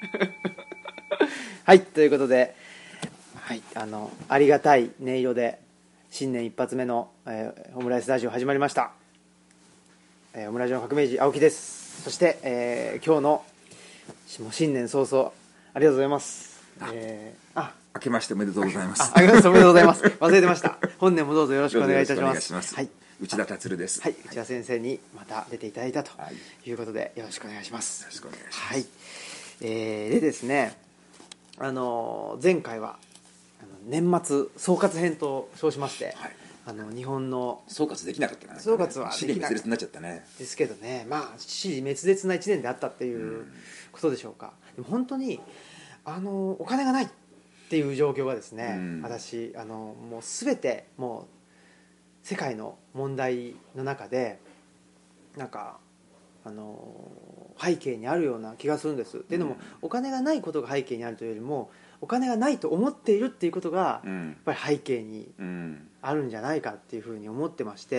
はい、ということで、はい、ありがたい音色で新年一発目の、オムライスラジオ始まりました。オムラジオの革命児青木です。そして、今日のもう新年早々ありがとうございます。 明けましておめでとうございます。 ありがとうございます。忘れてました。本年もどうぞよろしくお願いいたします。 はい、内田達です。 はい、内田先生にまた出ていただいたということで、よろしくお願いします。 よろしくお願いします。 はい、でですね、前回は年末総括編と称しまして、はい、日本の総括できなかったかな。 総括は支離滅裂になっちゃったね。 ですけどね、まあ支離滅裂な1年であったっていうことでしょうか。でも本当にお金がないっていう状況がですね、私もう全てもう世界の問題の中でなんか背景にあるような気がするんです。っていうのも、お金がないことが背景にあるというよりも、お金がないと思っているっていうことがやっぱり背景にあるんじゃないかっていうふうに思ってまして、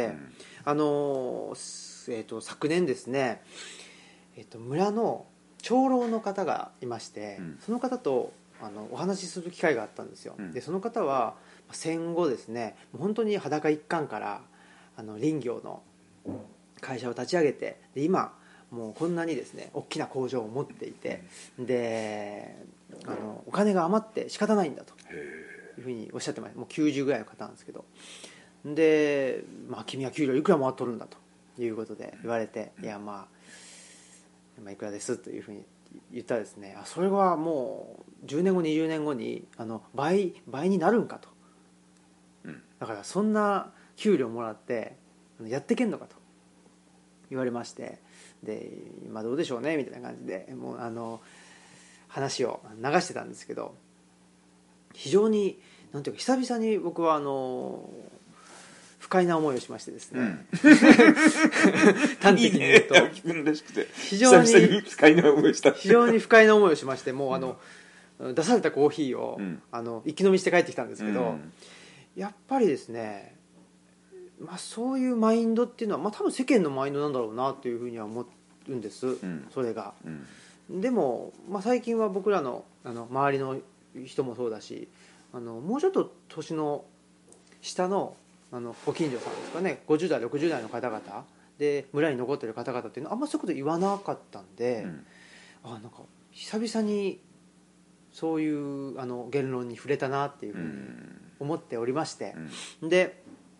昨年ですね、村の長老の方がいまして、その方とお話しする機会があったんですよ。でその方は戦後ですね、本当に裸一貫から林業の会社を立ち上げて、で今もうこんなにですね大きな工場を持っていて、でお金が余って仕方ないんだというふうにおっしゃってました。もう90ぐらいの方なんですけど、で、君は給料いくらもらっとるんだということで言われて、いやいくらですというふうに言ったらですね、それはもう10年後20年後に倍になるんかと、だからそんな給料もらってやってけんのかと言われまして、で今どうでしょうねみたいな感じでもう話を流してたんですけど、非常になんていうか久々に僕は不快な思いをしましてですね、端的に言うと非常に不快な思いをしまして、もう出されたコーヒーを一気飲みして帰ってきたんですけど、やっぱりですね、そういうマインドっていうのは、多分世間のマインドなんだろうなというふうには思うんです、それが。でも、最近は僕らの周りの人もそうだし、もうちょっと年の下のご近所さんですかね、50代60代の方々で村に残っている方々っていうのはあんまそういうこと言わなかったんで、なんか久々にそういう言論に触れたなっていうふうに思っておりまして、で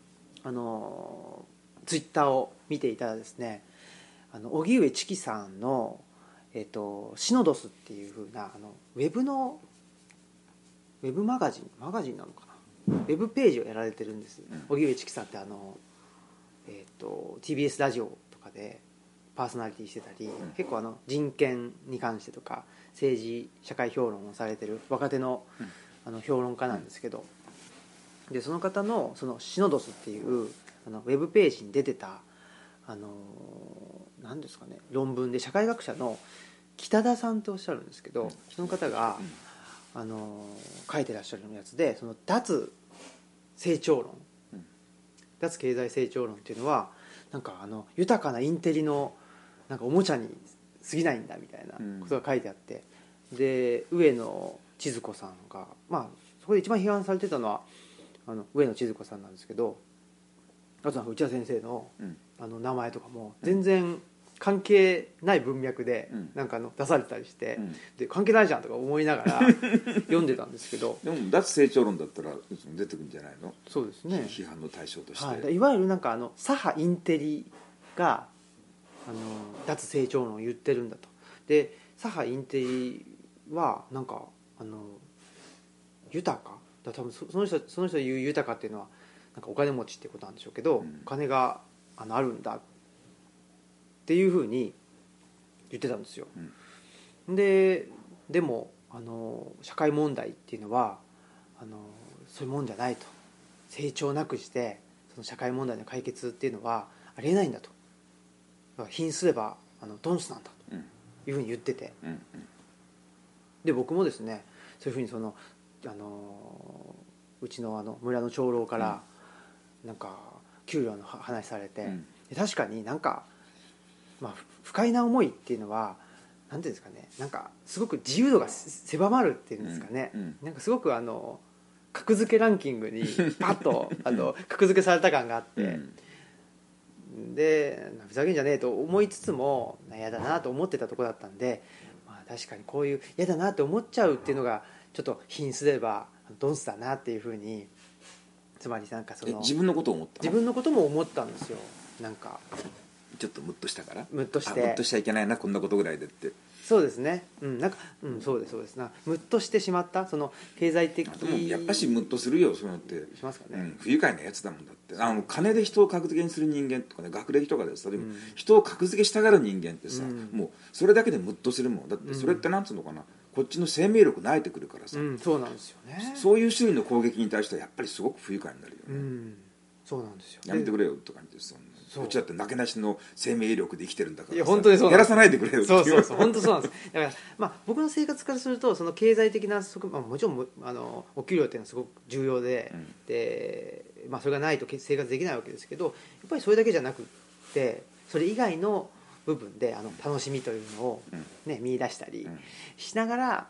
ツイッターを見ていたらですね、荻上チキさんの、シノドスっていう風なウェブマガジンなのかな、ウェブページをやられてるんです。荻上チキさんってTBS ラジオとかでパーソナリティしてたり、結構人権に関してとか政治社会評論をされてる若手の評論家なんですけど、でその方のそのシノドスっていうウェブページに出てた何ですかね、論文で社会学者の北田さんとおっしゃるんですけど、その方が書いてらっしゃるやつで、その脱成長論、脱経済成長論っていうのはなんか豊かなインテリのなんかおもちゃに過ぎないんだみたいなことが書いてあって、で上野千鶴子さんがそこで一番批判されてたのは上野千鶴子さんなんですけど、あとは内田先生の名前とかも全然関係ない文脈でなんか出されたりして、で関係ないじゃんとか思いながら読んでたんですけどでも脱成長論だったら出てくるんじゃないの。 そうですね、 批判の対象として、 いわゆるなんか左派インテリが脱成長論を言ってるんだと。で左派インテリはなんか豊かだ、多分その人言う豊かっていうのはなんかお金持ちってことなんでしょうけど、お金があるんだっていうふうに言ってたんですよ。でも社会問題っていうのはそういうもんじゃないと、成長なくしてその社会問題の解決っていうのはありえないんだと、貧すればドンスなんだというふうに言ってて、で僕もですねそういうふうにうちの村の長老からなんか給料の話されて、確かになんか不快な思いっていうのはなんていうんですかね、なんかすごく自由度が狭まるっていうんですかね、なんかすごく格付けランキングにパッと格付けされた感があって、でふざけんじゃねえと思いつつも嫌だなと思ってたところだったんで、まあ、確かにこういう嫌だなって思っちゃうっていうのがちょっと品質で言えばドンスだなっていうふうに、つまりなんか自分のことを思ったの？ 自分のことも思ったんですよ。なんかちょっとムッとしたからムッとしてムッとしちゃいけないなこんなことぐらいでって。 そうですね、なんか、そうですそうですな、ムッとしてしまったその経済的。 でもやっぱしムッとするよそうやってしますかね、 不愉快なやつだもんだって。金で人を格付けにする人間とかね、学歴とかでさ、人を格付けしたがる人間ってさ、もうそれだけでムッとするもんだって。それってなんつうのかな、こっちの生命力慣れてくるからさ、 そうなんですよね。 そういう種類の攻撃に対してはやっぱりすごく不愉快になるよね。 そうなんですよ。 やめてくれよって感じです。こっちだってなけなしの生命力で生きてるんだからさ、 いや本当にそう減らさないでくれよっていう。 そう本当そうなんです。だからまあ僕の生活からするとその経済的なもちろんお給料っていうのはすごく重要で、でまあそれがないと生活できないわけですけど、やっぱりそれだけじゃなくてそれ以外の部分で楽しみというのをね、見出したりしながら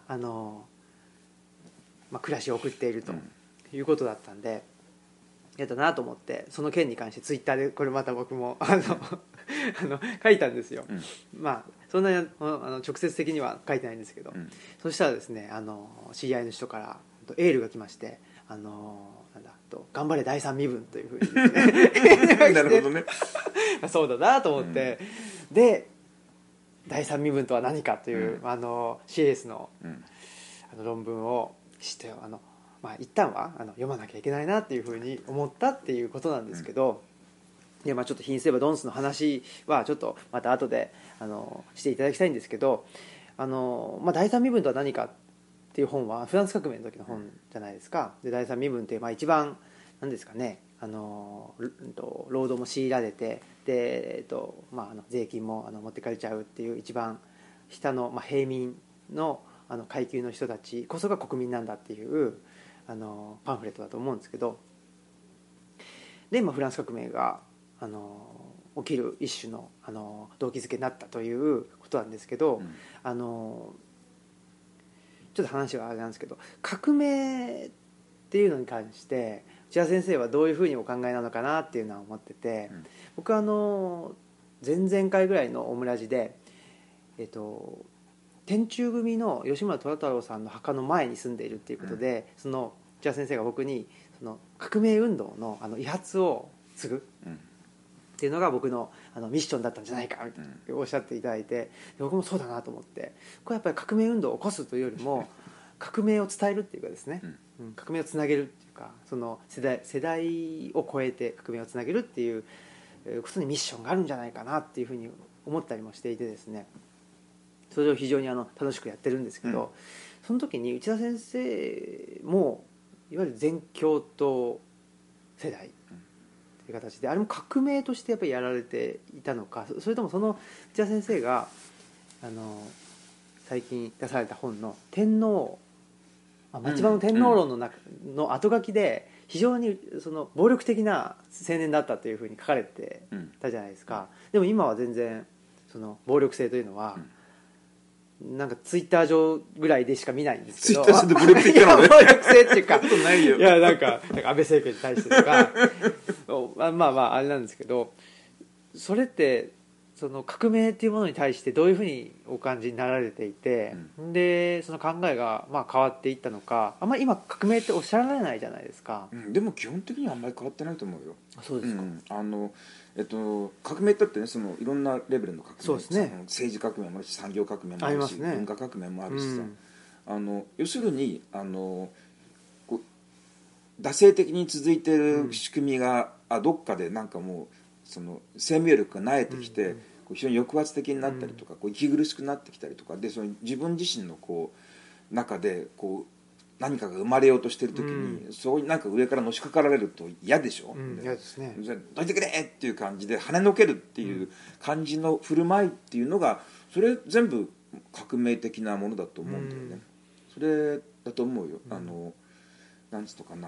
暮らしを送っているということだったんで。やったなと思って、その件に関してツイッターでこれまた僕も書いたんですよ、まあそんなに直接的には書いてないんですけど、そしたらですね知り合いの人からエールが来まして、なんだと頑張れ第三身分というふうにですねなるほどねそうだなと思って、で第三身分とは何かという、CS の論文をして一旦は読まなきゃいけないなっていうふうに思ったっていうことなんですけど、ちょっと品質ドンスの話はちょっとまた後でしていただきたいんですけど、第三身分とは何かっていう本はフランス革命の時の本じゃないですか。で第三身分って一番何ですかね、労働も強いられて、で、税金も持ってかれちゃうっていう一番下の、平民の階級の人たちこそが国民なんだっていうパンフレットだと思うんですけど、で、フランス革命が起きる一種の動機づけになったということなんですけど、ちょっと話はあれなんですけど、革命っていうのに関して内田先生はどういうふうにお考えなのかなっていうのは思ってて、僕は前々回ぐらいのオムラジで天中組の吉村虎太郎さんの墓の前に住んでいるっていうことで、その内田先生が僕にその革命運動の遺髪を継ぐっていうのが僕のミッションだったんじゃないかみたいなおっしゃっていただいて、僕もそうだなと思って、これやっぱり革命運動を起こすというよりも革命を伝えるっていうかですね、革命をつなげるっていうか、その世代を超えて革命をつなげるっていうことにミッションがあるんじゃないかなっていうふうに思ったりもしていてですね、それを非常に楽しくやってるんですけど、その時に内田先生もいわゆる全共闘世代という形で、あれも革命としてやっぱりやられていたのか、それともその内田先生が最近出された本の天皇町場の天皇論の後書きで非常にその暴力的な青年だったというふうに書かれてたじゃないですか。でも今は全然その暴力性というのはなんかツイッター上ぐらいでしか見ないんですけど、 ツイッター上で暴力的なのね暴力性っていうかことないよ。 いやなんか安倍政権に対してとかあれなんですけど、それってその革命っていうものに対してどういうふうにお感じになられていて、でその考えが変わっていったのか、あんまり今革命っておっしゃられないじゃないですか。 でも基本的にはあんまり変わってないと思うよ。 そうですか。 革命だってね、そのいろんなレベルの革命、 そうですね、 政治革命もあるし産業革命もあるし、文化革命もあるしさ、要するにこう惰性的に続いている仕組みが、どっかでなんかもうその生命力が萎えてきて、こう非常に抑圧的になったりとか、こう息苦しくなってきたりとかで、その自分自身のこう中でこう何かが生まれようとしてる時に、そういうなんか上からのしかかられると嫌でしょ。 嫌ですね。 どいてくれっていう感じで跳ねのけるっていう感じの振る舞いっていうのが、それ全部革命的なものだと思うんだよね。それだと思うよ。なんつうのかな、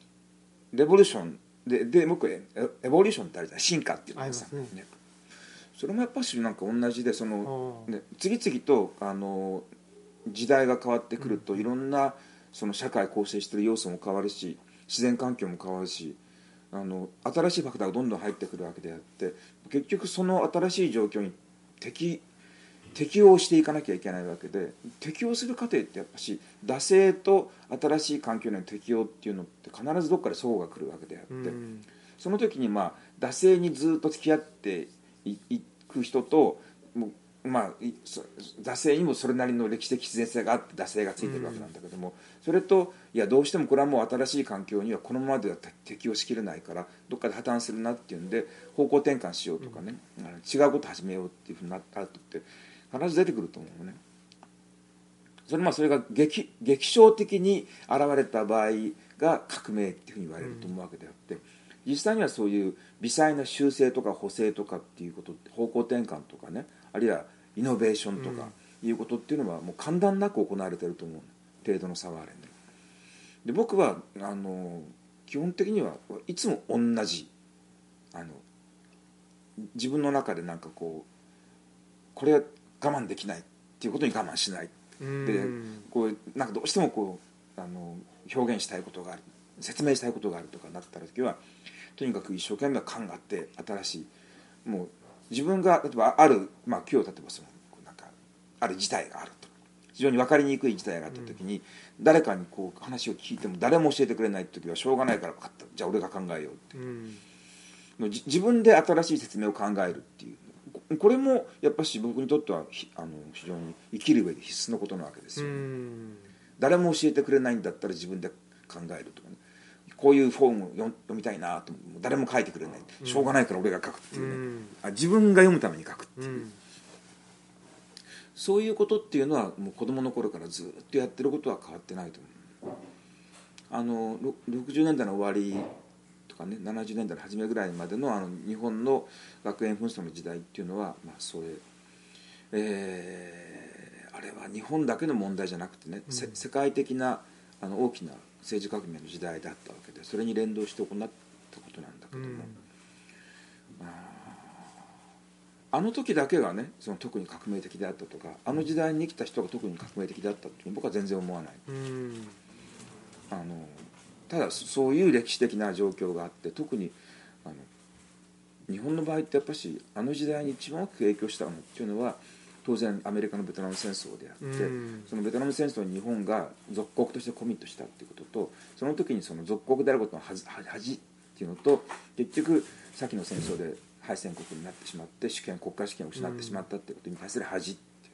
レボリューションで僕エボリューションってあるじゃない、進化っていうのがさ、 それもやっぱしなんか同じでね、次々と時代が変わってくると、いろんなその社会構成している要素も変わるし、自然環境も変わるし、新しいファクターがどんどん入ってくるわけであって、結局その新しい状況に適応していかなきゃいけないわけで、適応する過程ってやっぱし惰性と新しい環境への適応っていうのって必ずどっかで相互が来るわけであって、その時に惰性にずっと付き合っていく人と、惰性にもそれなりの歴史的必然性があって惰性がついてるわけなんだけども、それといやどうしてもこれはもう新しい環境にはこのままでは適応しきれないからどっかで破綻するなっていうんで方向転換しようとかね、違うこと始めようっていうふうになった後って必ず出てくると思うね。それが激象的に現れた場合が革命っていうふうに言われると思うわけであって、実際にはそういう微細な修正とか補正とかっていうことって、方向転換とかね、あるいはイノベーションとかいうことっていうのはもう間断なく行われていると思う、程度の差はあるんで。僕は基本的にはいつも同じ自分の中でなんかこれは我慢できないっていうことに我慢しない、でなんかどうしても表現したいことがある、説明したいことがあるとかなった時はとにかく一生懸命考えて、新しいもう自分が例えばある、今日例えばなんかある事態があると、非常に分かりにくい事態があった時に、誰かに話を聞いても誰も教えてくれない時はしょうがないから分かった、じゃあ俺が考えようって、自分で新しい説明を考えるっていう、これもやっぱし僕にとっては非常に生きる上で必須のことなわけですよ、誰も教えてくれないんだったら自分で考えるとかね、こういうフォームを読みたいなと思っても誰も書いてくれない、しょうがないから俺が書くっていうね、自分が読むために書くっていう、そういうことっていうのはもう子供の頃からずっとやってることは変わってないと思う。60年代の終わりとかね、70年代の初めぐらいまでの日本の学園紛争の時代っていうのは、それ、あれは日本だけの問題じゃなくてね、世界的な大きな政治革命の時代だったわけで、それに連動して行ったことなんだけども、あの時だけがね特に革命的であったとか、あの時代に生きた人が特に革命的であったって僕は全然思わない。ただそういう歴史的な状況があって、特に日本の場合ってやっぱしあの時代に一番大きく影響したのっていうのは当然アメリカのベトナム戦争であって、そのベトナム戦争に日本が属国としてコミットしたっていうことと、その時にその属国であることの恥っていうのと、結局先の戦争で敗戦国になってしまって国家主権を失ってしまったっていうことに対する恥っていう、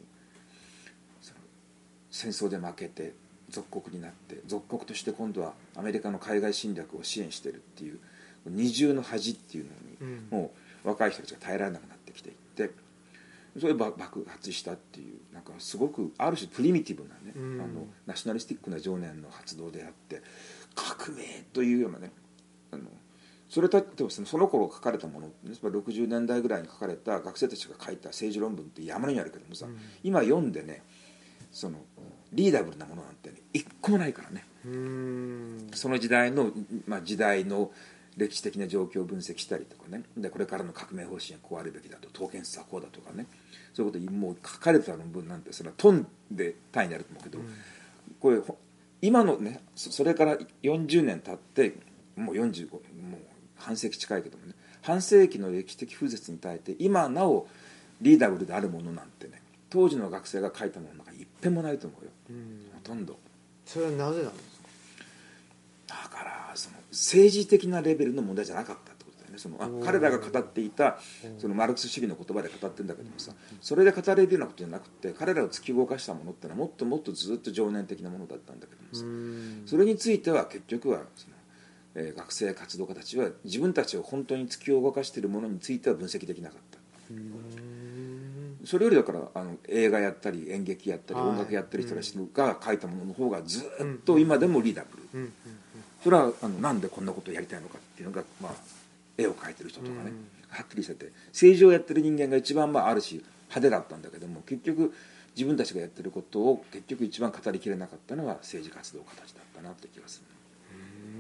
戦争で負けて属国になって属国として今度はアメリカの海外侵略を支援しているっていう二重の恥っていうのに、もう若い人たちが耐えられなくなってきていって、それで爆発したっていう、なんかすごくある種プリミティブなね、ナショナリスティックな情念の発動であって、革命というようなね、それとその頃書かれたもの、60年代ぐらいに書かれた学生たちが書いた政治論文って山のようにあるけどもさ、今読んでね、リーダブルなものなんて、ね、一個もないからね。その時代の、時代の歴史的な状況を分析したりとかね、でこれからの革命方針はこうあるべきだと、刀剣術はこうだとかね、そういうこともう書かれた論文なんてそれはトンで単位になると思うけど、これ今のね、それから40年経ってもう45、もう半世紀近いけどもね、半世紀の歴史的風絶に耐えて今なおリーダブルであるものなんてね、当時の学生が書いたものなんか一遍もないと思うよ、ほとんど。 それはなぜなんですか？ だから政治的なレベルの問題じゃなかったってことだよね。彼らが語っていたマルクス主義の言葉で語ってるんだけどもさ、それで語れるようなことじゃなくて、彼らを突き動かしたものってのはもっともっとずっと情念的なものだったんだけどもさ、それについては結局は学生活動家たちは自分たちを本当に突き動かしているものについては分析できなかった。それよりだから映画やったり演劇やったり音楽やってる人たちが書いたものの方がずっと今でもリーダブル。それはなんでこんなことをやりたいのかっていうのが、絵を描いてる人とかね、はっきりしてて、政治をやってる人間が一番ある種派手だったんだけども、結局自分たちがやってることを結局一番語りきれなかったのは政治活動家たちだったなって気がする。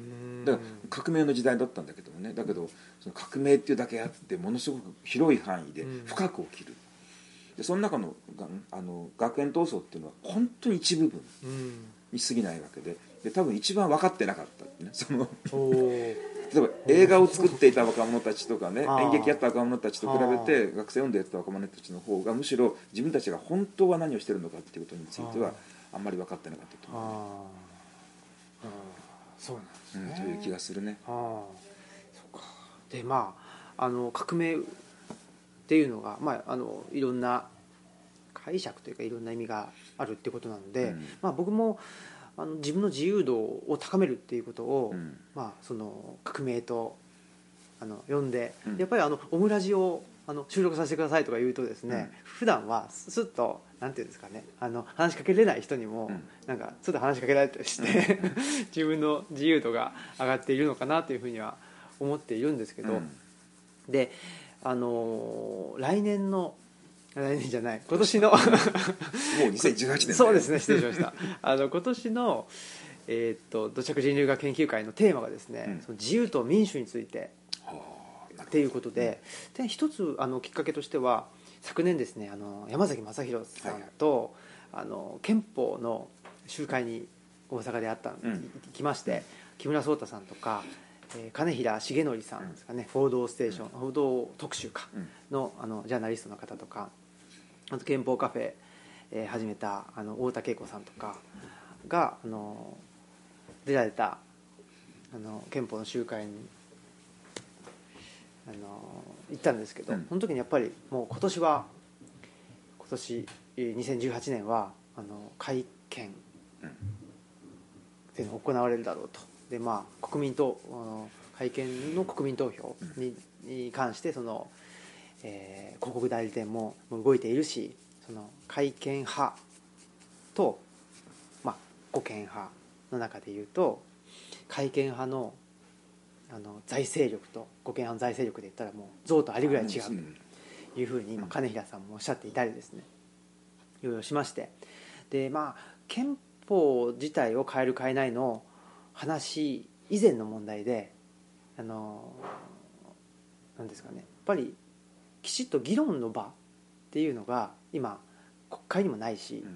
だから革命の時代だったんだけどもね、だけどその革命っていうだけあってものすごく広い範囲で深く起きる、でその中の学園闘争っていうのは本当に一部分に過ぎないわけで、多分一番分かってなかったね、例えば映画を作っていた若者たちとかね、演劇やった若者たちと比べて学生読んでいた若者たちの方がむしろ自分たちが本当は何をしてるのかっていうことについてはあんまり分かってなかったと思う、 そうなんですね、 という気がするね。 そうか。で革命っていうのが、いろんな解釈というかいろんな意味があるっていうことなので、僕も自分の自由度を高めるっていうことを、その革命と呼んで、やっぱりオムラジを収録させてくださいとか言うとですね、普段はスッとなんていうんですかね、話しかけれない人にもなんかスッと話しかけられたりして自分の自由度が上がっているのかなというふうには思っているんですけど、で来年じゃない今年のもう 2018年そうですね、失礼しました今年の、土着人類学研究会のテーマがですね、その自由と民主についてっていうことで、一つきっかけとしては昨年ですね、山崎正弘さんと、憲法の集会に大阪で行きまして、木村草太さんとか金平重則さんですかね、報道ステーション、報道特集かの、ジャーナリストの方とか、あと憲法カフェ、始めた太田恵子さんとかが出られた憲法の集会に行ったんですけど、その時にやっぱりもう今年2018年は改憲っていうのが行われるだろうと。で改憲の国民投票に関して広告代理店も動いているし、その改憲派と、護憲派の中でいうと改憲派の財政力と護憲派の財政力で言ったらもう象とアリぐらい違うというふうに今金平さんもおっしゃっていたりですね、いろいろしまして、で憲法自体を変える変えないの話以前の問題でなんですかね、やっぱりきちっと議論の場っていうのが今国会にもないし、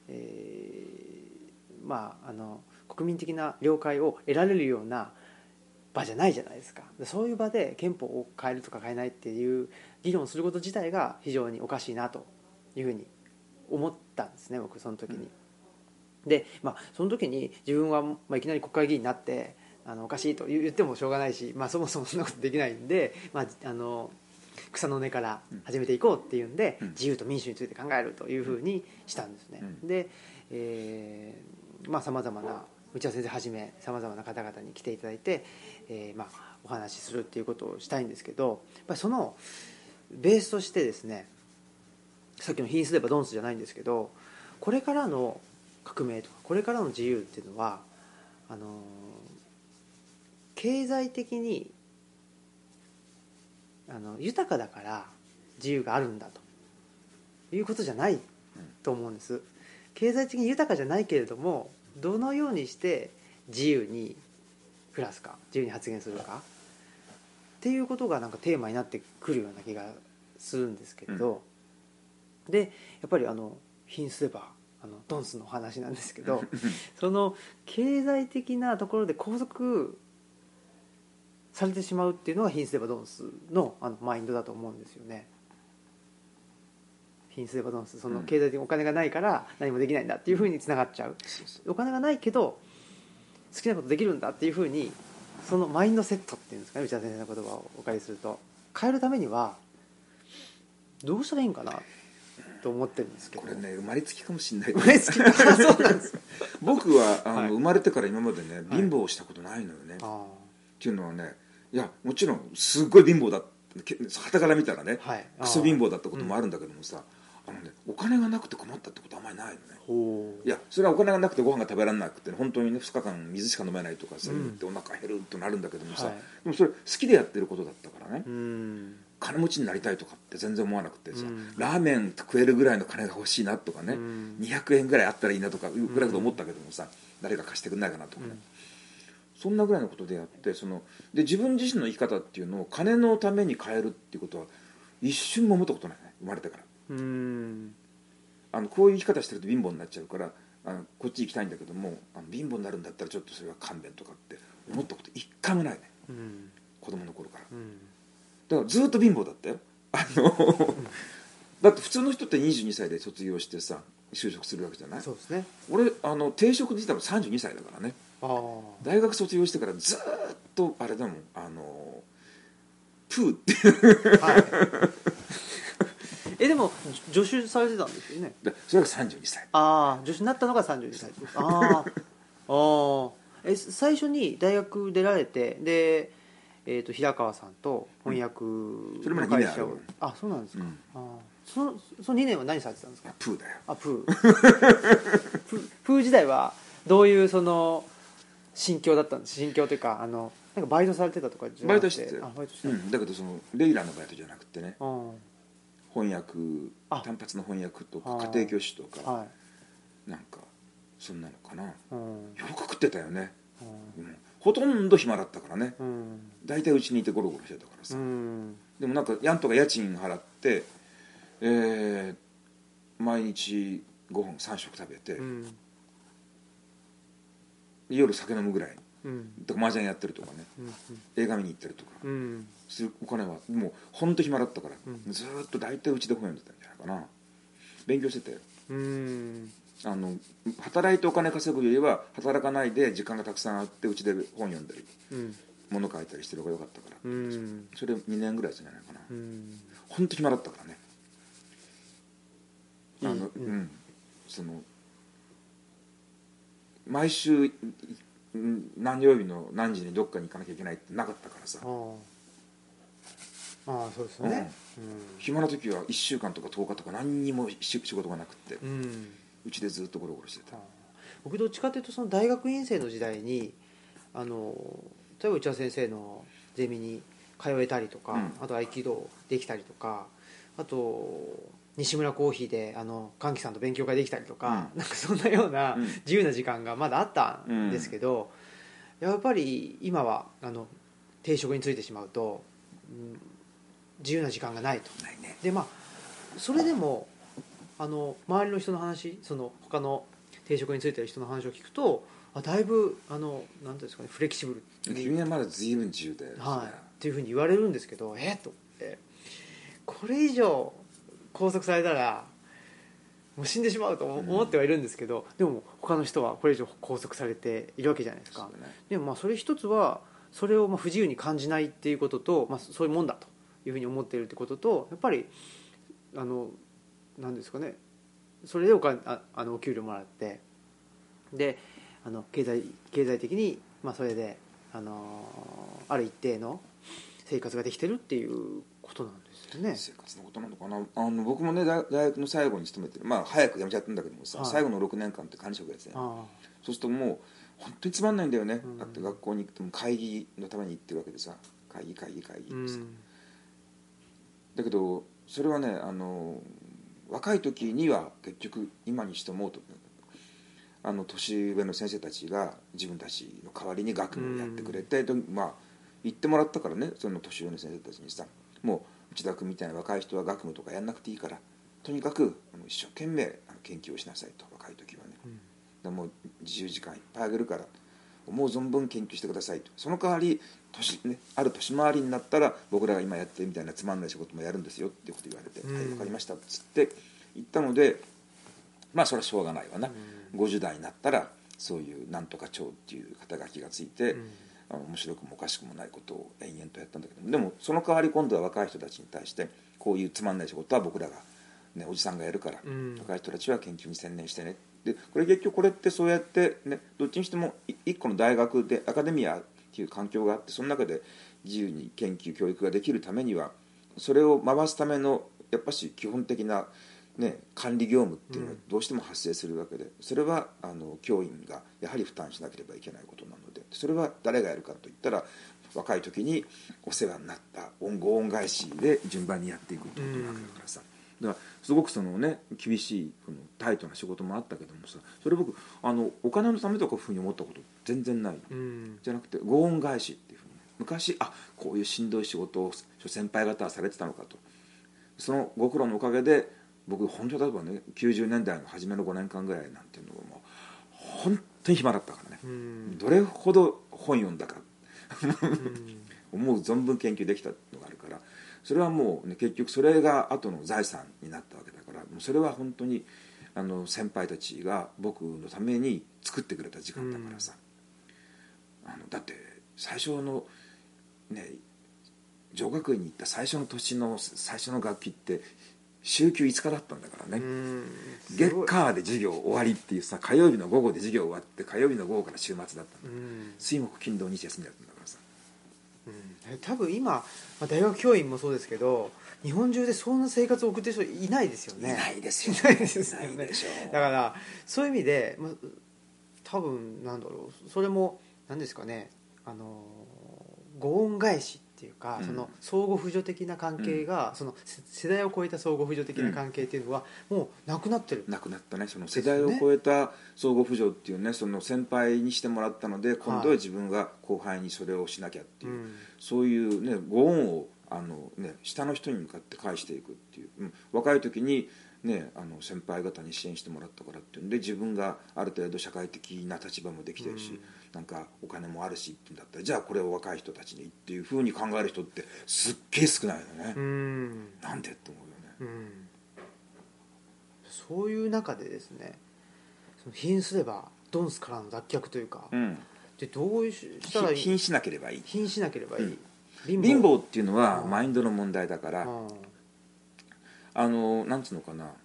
国民的な了解を得られるような場じゃないじゃないですか。そういう場で憲法を変えるとか変えないっていう議論をすること自体が非常におかしいなというふうに思ったんですね、僕その時に。で、その時に自分はいきなり国会議員になっておかしいと言ってもしょうがないし、そもそもそんなことできないんで、草の根から始めていこうっていうんで、自由と民主について考えるというふうにしたんですね。で、さまざまな内田先生はじめさまざまな方々に来ていただいて、お話しするっていうことをしたいんですけど、やっぱりそのベースとしてですね、さっきのヒンスレバドンスじゃないんですけど、これからの革命とかこれからの自由っていうのは経済的に豊かだから自由があるんだということじゃないと思うんです。経済的に豊かじゃないけれども、どのようにして自由に暮らすか、自由に発言するかっていうことがなんかテーマになってくるような気がするんですけれど、でやっぱりヒンスレバドンスの話なんですけどその経済的なところで拘束されてしまうっていうのがヒンスレバドンスのマインドだと思うんですよね。ヒンスレバドンス、その経済的にお金がないから何もできないんだっていうふうにつながっちゃう、お金がないけど好きなことできるんだっていうふうに、そのマインドセットっていうんですかね、内田先生の言葉をお借りすると、変えるためにはどうしたらいいんかなと思ってるんですけど。 これね、生まれつきかもしれない。 生まれつきそうなんです僕は生まれてから今までね、貧乏をしたことないのよね、っていうのはね、いやもちろんすっごい貧乏だ、傍から見たらね、クソ貧乏だったこともあるんだけどもさ、お金がなくて困ったってことはあんまりないのね。いやそれはお金がなくてご飯が食べられなくて、本当にね2日間水しか飲めないとかそういうのってお腹減るってなるんだけどもさ、でもそれ好きでやってることだったからね、金持ちになりたいとかって全然思わなくてさ、ラーメン食えるぐらいの金が欲しいなとかね、200円ぐらいあったらいいなとかぐらいと思ったけどもさ、誰か貸してくれないかなとかね、 そんなぐらいのことでやって、で自分自身の生き方っていうのを金のために変えるっていうことは一瞬も思ったことないね、生まれてから。こういう生き方してると貧乏になっちゃうからこっち行きたいんだけども、貧乏になるんだったらちょっとそれは勘弁とかって思ったこと一回もないね、子供の頃から、だからずっと貧乏だったよだって普通の人って22歳で卒業してさ就職するわけじゃない。 そうですね。 俺定職自体も32歳だからね。大学卒業してからずっとあれだもん、プーってはいでも助手されてたんですよね。 それが32歳。 助手になったのが32歳。最初に大学出られて、で、平川さんと翻訳の会社を、そうなんですか。その2年は何されてたんですか。 プーだよ。 プー時代はどういう心境だったんです。心境というかなんかバイトされてたとかじゃなくて。バイトしてた。 だけどレギュラーのバイトじゃなくてね、翻訳、単発の翻訳とか家庭教師とか、なんかそんなのかな。よく食ってたよね。ほとんど暇だったからね。大体うちにいてゴロゴロしてたからさ。でもなんかやんとか家賃払って、毎日ご飯3食食べて、夜酒飲むぐらい、とか麻雀やってるとかね、映画見に行ってるとか、するお金はもうほんと暇だったから、ずっと大体うちで本読んでたんじゃないかな。勉強してたよ。働いてお金稼ぐよりは働かないで時間がたくさんあってうちで本読んだり、物書いたりしてる方がよかったから、それ2年ぐらいじゃないかな。ほんと暇だったからね。毎週何曜日の何時にどっかに行かなきゃいけないってなかったからさ。 そうですね。 暇な時は1週間とか10日とか何にも仕事がなくって、うちでずっとゴロゴロしてた。 僕どっちかというと大学院生の時代に例えば内田先生のゼミに通えたりとか、あと合気道できたりとか、あと西村コーヒーで歓喜さんと勉強会できたりとか、なんかそんなような自由な時間がまだあったんですけど、やっぱり今は定職に就いてしまうと、自由な時間がないと。でそれでも周りの人の話、他の定職に就いてる人の話を聞くと、だいぶなんていうんですかね、フレキシブル。 君はまだ随分自由だよ、 っていうふうに言われるんですけど、と思って、これ以上拘束されたらもう死んでしまうと思ってはいるんですけど、でも他の人はこれ以上拘束されているわけじゃないですか。でもそれ一つはそれを不自由に感じないっていうことと、そういうもんだというふうに思っているってことと、やっぱりなんですかね、それでお給料もらって、で経済的にそれである一定の生活ができてるっていうことなんですよね。 生活のことなのかな。僕もね、大学の最後に勤めてる、早く辞めちゃったんだけどもさ、最後の6年間って管理職ですね。そうするともう本当につまんないんだよね。だって学校に行っても会議のために行ってるわけでさ、会議ってさ、だけどそれはね、若い時には結局今にして思うと、年上の先生たちが自分たちの代わりに学問をやってくれて、言ってもらったからね、その年上の先生たちにさ、もう内田君みたいな若い人は学問とかやんなくていいから、とにかく一生懸命研究をしなさいと。若い時はね、でもう自由時間いっぱいあげるから思う存分研究してくださいと。その代わりある年回りになったら僕らが今やってるみたいなつまんない仕事もやるんですよっていうこと言われて、はい、分かりましたっつって言ったので、それはしょうがないわな。50代になったらそういうなんとか長っていう肩書きがついて、面白くもおかしくもないことを延々とやったんだけども、でもその代わり今度は若い人たちに対してこういうつまんない仕事は僕らが、おじさんがやるから、若い人たちは研究に専念してね。でこれ結局これってそうやってね、どっちにしても一個の大学でアカデミアっていう環境があって、その中で自由に研究教育ができるためにはそれを回すためのやっぱし基本的な管理業務っていうのはどうしても発生するわけで、それは教員がやはり負担しなければいけないことなので、それは誰がやるかといったら若い時にお世話になったご恩返しで順番にやっていくということなわけだからさ。 だからすごくそのね厳しいこのタイトな仕事もあったけどもさ、それ僕お金のためとかいうふうに思ったこと全然ない、じゃなくてご恩返しっていうふうに、昔こういうしんどい仕事を先輩方はされてたのかと、そのご苦労のおかげで僕本当例えばね90年代の初めの5年間ぐらいなんていうのはもう本当に暇だったからね、どれほど本読んだか思う存分研究できたのがあるから、それはもう、ね、結局それが後の財産になったわけだから、もうそれは本当に先輩たちが僕のために作ってくれた時間だからさ、だって最初のね女学院に行った最初の年の最初の学期って週休5日だったんだからね、月火で授業終わりっていうさ、火曜日の午後で授業終わって火曜日の午後から週末だったんだ、水木金土日休みだったんだからさ、 多分今大学教員もそうですけど日本中でそんな生活を送ってる人いないですよね。 いないですよ、 いないですよね。 いないでしょう。 だからそういう意味で、多分なんだろう、それも何ですかね、ご恩返しっていうか、その相互扶助的な関係が、その世代を超えた相互扶助的な関係っていうのはもうなくなってる、 なくなったね。その世代を超えた相互扶助っていうね、その先輩にしてもらったので今度は自分が後輩にそれをしなきゃっていう、そういうねご恩を下の人に向かって返していくっていう、若い時にね、先輩方に支援してもらったからっていうんで自分がある程度社会的な立場もできてるし、なんかお金もあるしっていうんだったら、じゃあこれを若い人たちにっていうふうに考える人ってすっげえ少ないよね。なんでって思うよね。 そういう中でですね、その貧すればドンスからの脱却というか、でどうしたらいい？ 貧しなければいい。 貧しなければいい。 貧乏っていうのはマインドの問題だから、なんつうのかな、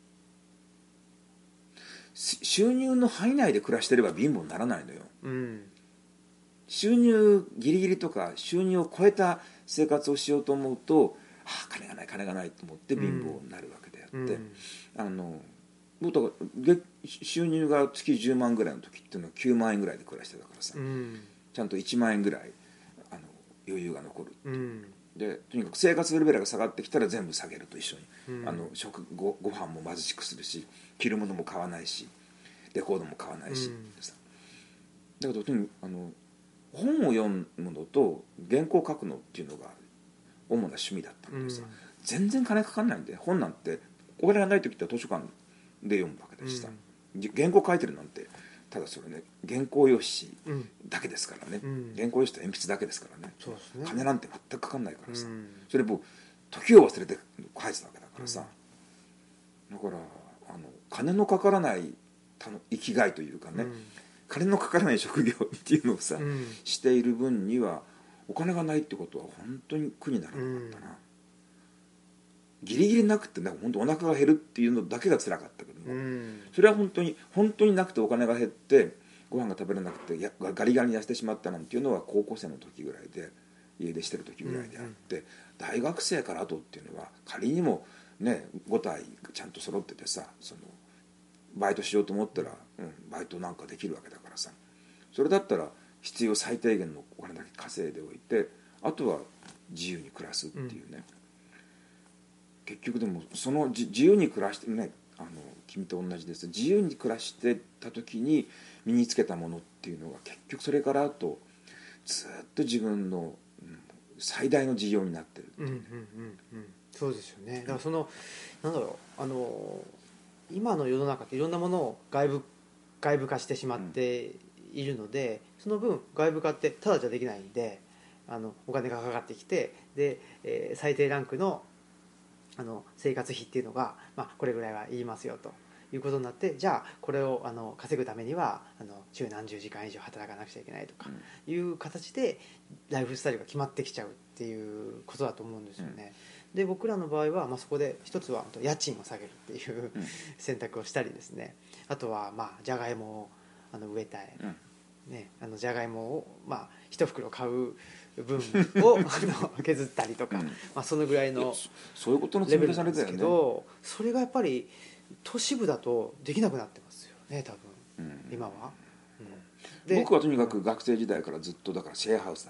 収入の範囲内で暮らしてれば貧乏にならないのよ、収入ギリギリとか収入を超えた生活をしようと思うと、金がない金がないと思って貧乏になるわけであって、僕とか収入が月10万ぐらいの時っていうのは9万円ぐらいで暮らしてたからさ、ちゃんと1万円ぐらい余裕が残る、でとにかく生活レベルが下がってきたら全部下げると一緒に、ご飯も貧しくするし、着るものも買わないし、レコードも買わないし、だけどとにかく本を読むのと原稿を書くのっていうのが主な趣味だったのでさ、全然金かかんないんで、本なんてお金がない時って図書館で読むわけだしさ、原稿書いてるなんてただそれね原稿用紙だけですからね、原稿用紙と鉛筆だけですからね、金なんて全くかかんないからさ、それ僕時を忘れて書いてたわけだからさ、だから金のかからない生きがいというかね、金のかからない職業っていうのをさ、している分にはお金がないってことは本当に苦にならなかったな、ギリギリなくてなんか本当お腹が減るっていうのだけが辛かったけども、それは本当になくてお金が減ってご飯が食べれなくてガリガリに痩せてしまったなんていうのは高校生の時ぐらいで、家出してる時ぐらいであって、大学生から後っていうのは仮にもね5体ちゃんと揃っててさ、そのバイトしようと思ったら、バイトなんかできるわけだからさ、それだったら必要最低限のお金だけ稼いでおいて、あとは自由に暮らすっていうね、結局でもその自由に暮らしてね、君と同じです。自由に暮らしてた時に身につけたものっていうのが結局それからあとずっと自分の、最大の事業になってる、 そうですよね。だからそのなんだろう、今の世の中っていろんなものを外部化してしまっているので、その分外部化ってただじゃできないんで、お金がかかってきて、で、最低ランクの生活費っていうのが、これぐらいはいりますよということになって、じゃあこれを稼ぐためには週何十時間以上働かなくちゃいけないとかいう形でライフスタイルが決まってきちゃうっていうことだと思うんですよね。で僕らの場合は、そこで一つは家賃を下げるっていう選択をしたりですね、あとはじゃがいもを植えたい、じゃがいもを一袋買う分を削ったりとか、そのぐらいのそういうことの積み重ねだよね。 それがやっぱり都市部だとできなくなってますよね、多分、今は。 僕はとにかく学生時代からずっとだからシェアハウスだったから、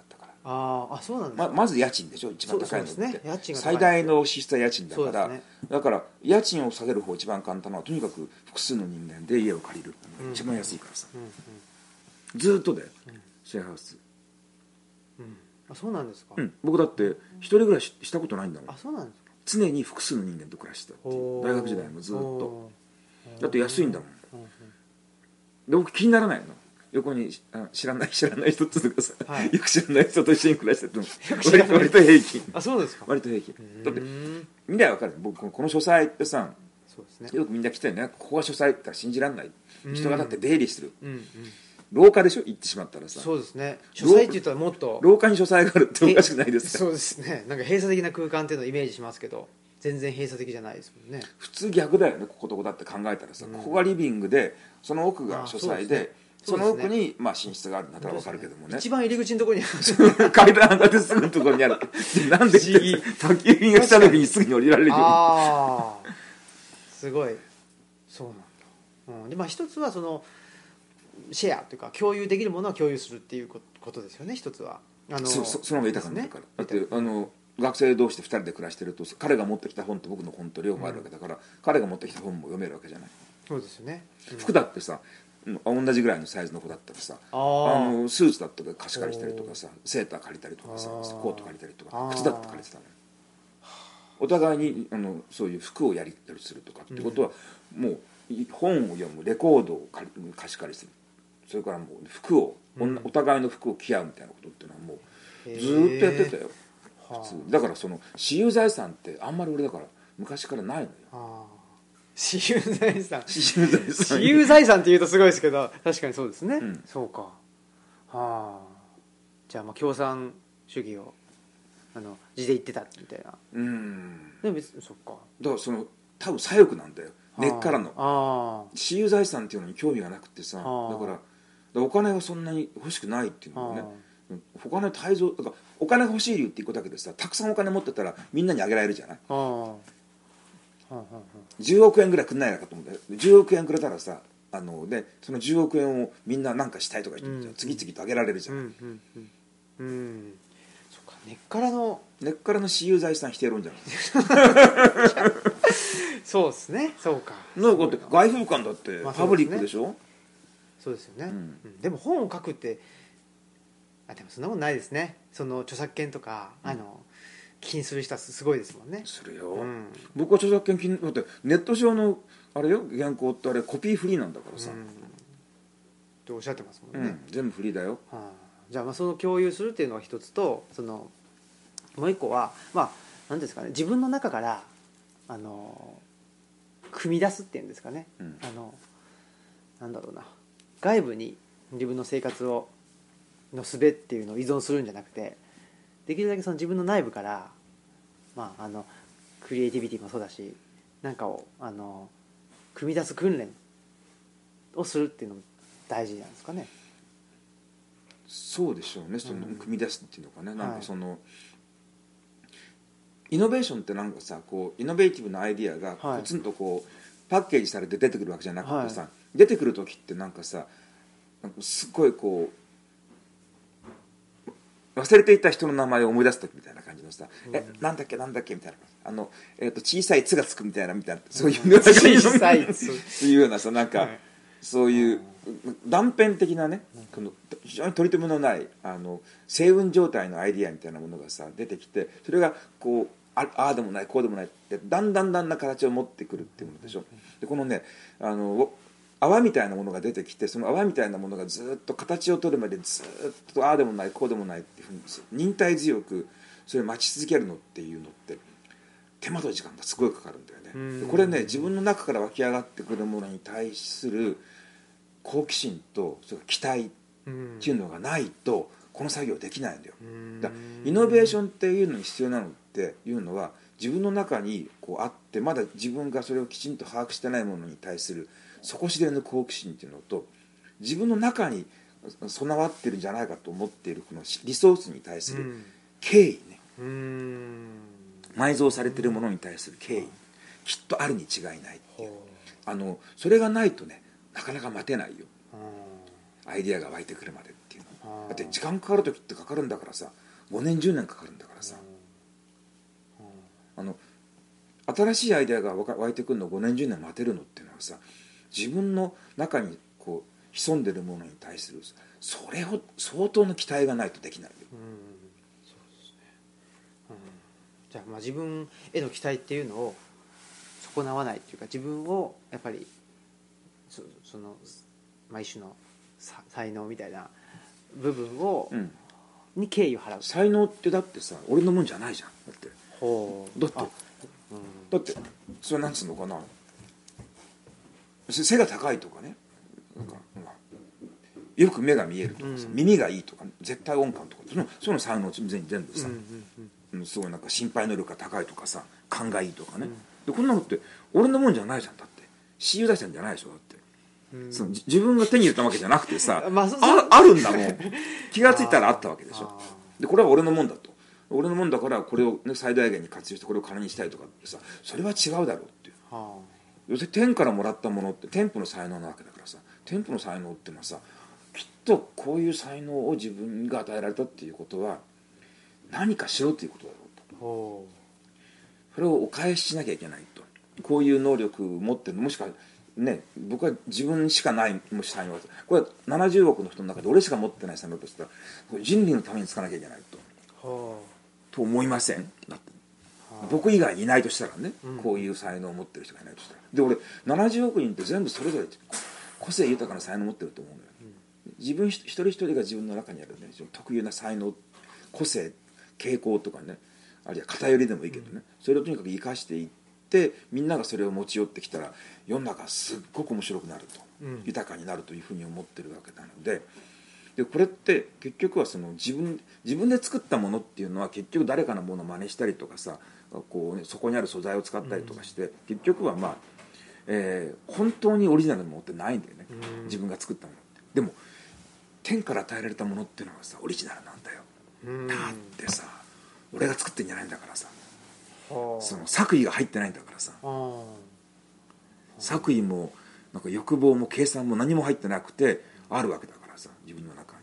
そうなんですか。 まず家賃でしょ、一番高いのって。 そうですね、家賃が高い。 最大の支出は家賃だから、 ね、 だから家賃を下げる方一番簡単なのは、とにかく複数の人間で家を借りるっていうのが一番安いからさ、ずっとだよ、シェアハウス。 そうなんですか。 僕だって一人暮らししたことないんだもん。 そうなんですか。 常に複数の人間と暮らしてたっていう。大学時代もずっと。だって安いんだもん。で僕気にならないの、横に知らない人っていうかさ、よく知らない人と一緒に暮らしてても割と平均。 そうですか。 割と平均だってみんなわかる。僕この書斎ってさ、 そうですね、 よくみんな来てるね、ここが書斎って言ったら信じられない。人がだって出入りしてる、廊下でしょ、行ってしまったらさ。 そうですね、書斎って言ったらもっと廊下に書斎があるっておかしくないですか。 そうですね、なんか閉鎖的な空間っていうのをイメージしますけど、全然閉鎖的じゃないですもんね。 普通逆だよね、こことこだって考えたらさ、ここがリビングでその奥が書斎で、その奥に寝室があるんだったら分かるけどもね、 一番入り口のところにある階段上がってすぐのところにあるなんでって宅急便が来た時にすぐに降りられるように。 すごい、そうなんだ。で一つはそのシェアというか共有できるものは共有するっていうことですよね。一つはその方が豊かになるから、だって学生同士で2人で暮らしてると、彼が持ってきた本と僕の本と両方あるわけだから、彼が持ってきた本も読めるわけじゃない。 そうですよね。 服だってさ、同じぐらいのサイズの子だったらさ、スーツだったら貸し借りしたりとかさ、セーター借りたりとかさ、コート借りたりとか、靴だって借りてたのよ。お互いにそういう服をやり取りするとかってことは、もう本を読む、レコードを貸し借りする、それからもう服を、お互いの服を着合うみたいなことっていうのはもうずーっとやってたよ、普通。だからその私有財産ってあんまり俺だから昔からないのよ。 私有財産私有財産って言うとすごいですけど、確かにそうですね、そうか。じゃあ共産主義を地で言ってたみたいな。でも別にそっか、 だから多分左翼なんだよ、根っからの。私有財産っていうのに興味がなくてさ、だからお金がそんなに欲しくないっていうのはね、他の泰造だから、お金が欲しい理由っていうことだけでさ、たくさんお金持ってたらみんなにあげられるじゃない。10億円ぐらいくんないのかと思うんだよ。10億円くれたらさ、でその10億円をみんな何かしたいとか言って、次々とあげられるじゃない。 そうか、根っからの私有財産否定論じゃないそうですね、そうか。 なんか外風館だってパブリックでしょ。 そうですよね。でも本を書くってでもそんなことないですね。その著作権とか気にする人はすごいですもんね。 するよ、僕は著作権だってネット上のあれよ、原稿ってあれコピーフリーなんだからさ、 っておっしゃってますもんね。 全部フリーだよ。 じゃあその共有するっていうのが一つと、もう一個は何ですかね、自分の中から組み出すっていうんですかね、なんだろうな、外部に自分の生活の術っていうのを依存するんじゃなくて、できるだけその自分の内部からクリエイティビティもそうだし、なんかを組み出す訓練をするっていうのも大事なんですかね。 そうでしょうね、組み出すっていうのかね、なんかイノベーションってなんかさ、イノベーティブなアイディアがポツンとパッケージされて出てくるわけじゃなくてさ、出てくる時ってなんかさ、すっごい忘れていた人の名前を思い出す時みたいな感じのさ、なんだっけみたいな、小さい「つ」がつくみたいなそういうような感じのそういうようなさ、なんかそういう断片的なね、非常に取り留めのない星雲状態のアイディアみたいなものがさ出てきて、それがああでもないこうでもないってだんだん形を持ってくるっていうものでしょ。でこのね泡みたいなものが出てきて、その泡みたいなものがずっと形を取るまでずっとああでもないこうでもないっていうふうに忍耐強くそれを待ち続けるのっていうのって手間と時間がすごいかかるんだよね。これね、自分の中から湧き上がってくるものに対する好奇心とそれから期待っていうのがないとこの作業できないんだよ。だからイノベーションっていうのに必要なのっていうのは、自分の中にあってまだ自分がそれをきちんと把握してないものに対する底知れぬ好奇心っていうのと、自分の中に備わってるんじゃないかと思っているこのリソースに対する敬意ね、埋蔵されているものに対する敬意、きっとあるに違いないっていう、それがないとね、なかなか待てないよ、アイディアが湧いてくるまでっていうの。だって時間かかる時ってかかるんだからさ、 5年10年かかるんだからさ、新しいアイデアが湧いてくるのを5年10年待てるのっていうのはさ、自分の中にこう潜んでるものに対するそれを相当の期待がないとできないよ。 そうですね。じゃあ、自分への期待っていうのを損なわないっていうか、自分をやっぱりその、一種の才能みたいな部分を、に敬意を払う。 才能ってだってさ、俺のもんじゃないじゃん。だってだってそれなんつうのかな、背が高いとかね、なんかよく目が見えるとかさ、耳がいいとか、絶対音感とか、その才能全部さ、すごいなんか心配能力が高いとかさ、勘がいいとかね、でこんなのって俺のもんじゃないじゃん。だって私有財産じゃないでしょ。だってその自分が手に入れたわけじゃなくてさ、あるんだもん。気がついたらあったわけでしょ。でこれは俺のもんだと、俺のもんだからこれを、ね、最大限に活用してこれを金にしたいとかってさ、それは違うだろうっていう、要するに天からもらったものって天賦の才能なわけだからさ、天賦の才能っていうのはさ、きっとこういう才能を自分が与えられたっていうことは何かしろっていうことだろうと、それをお返ししなきゃいけないと。こういう能力を持ってる、もしくはね、僕は自分しかないもし才能が、これは70億の人の中で俺しか持ってない才能としたら、人類のために使わなきゃいけないと思いません？だって僕以外にいないとしたらね、こういう才能を持ってる人がいないとしたら、で俺70億人って全部それぞれ個性豊かな才能を持ってると思うのよ。自分一人一人が自分の中にあるね、特有な才能、個性、傾向とかね、あるいは偏りでもいいけどね、それをとにかく生かしていって、みんながそれを持ち寄ってきたら世の中すっごく面白くなると、豊かになるというふうに思ってるわけなので、これって結局はその自分で作ったものっていうのは結局誰かのものを真似したりとかさ、こう、ね、そこにある素材を使ったりとかして、結局は本当にオリジナルのものってないんだよね、自分が作ったものって。でも天から与えられたものっていうのはさ、オリジナルなんだよ。だってさ、俺が作ってんじゃないんだからさ、その作為が入ってないんだからさ、作為もなんか欲望も計算も何も入ってなくてあるわけだからさ、自分の中に。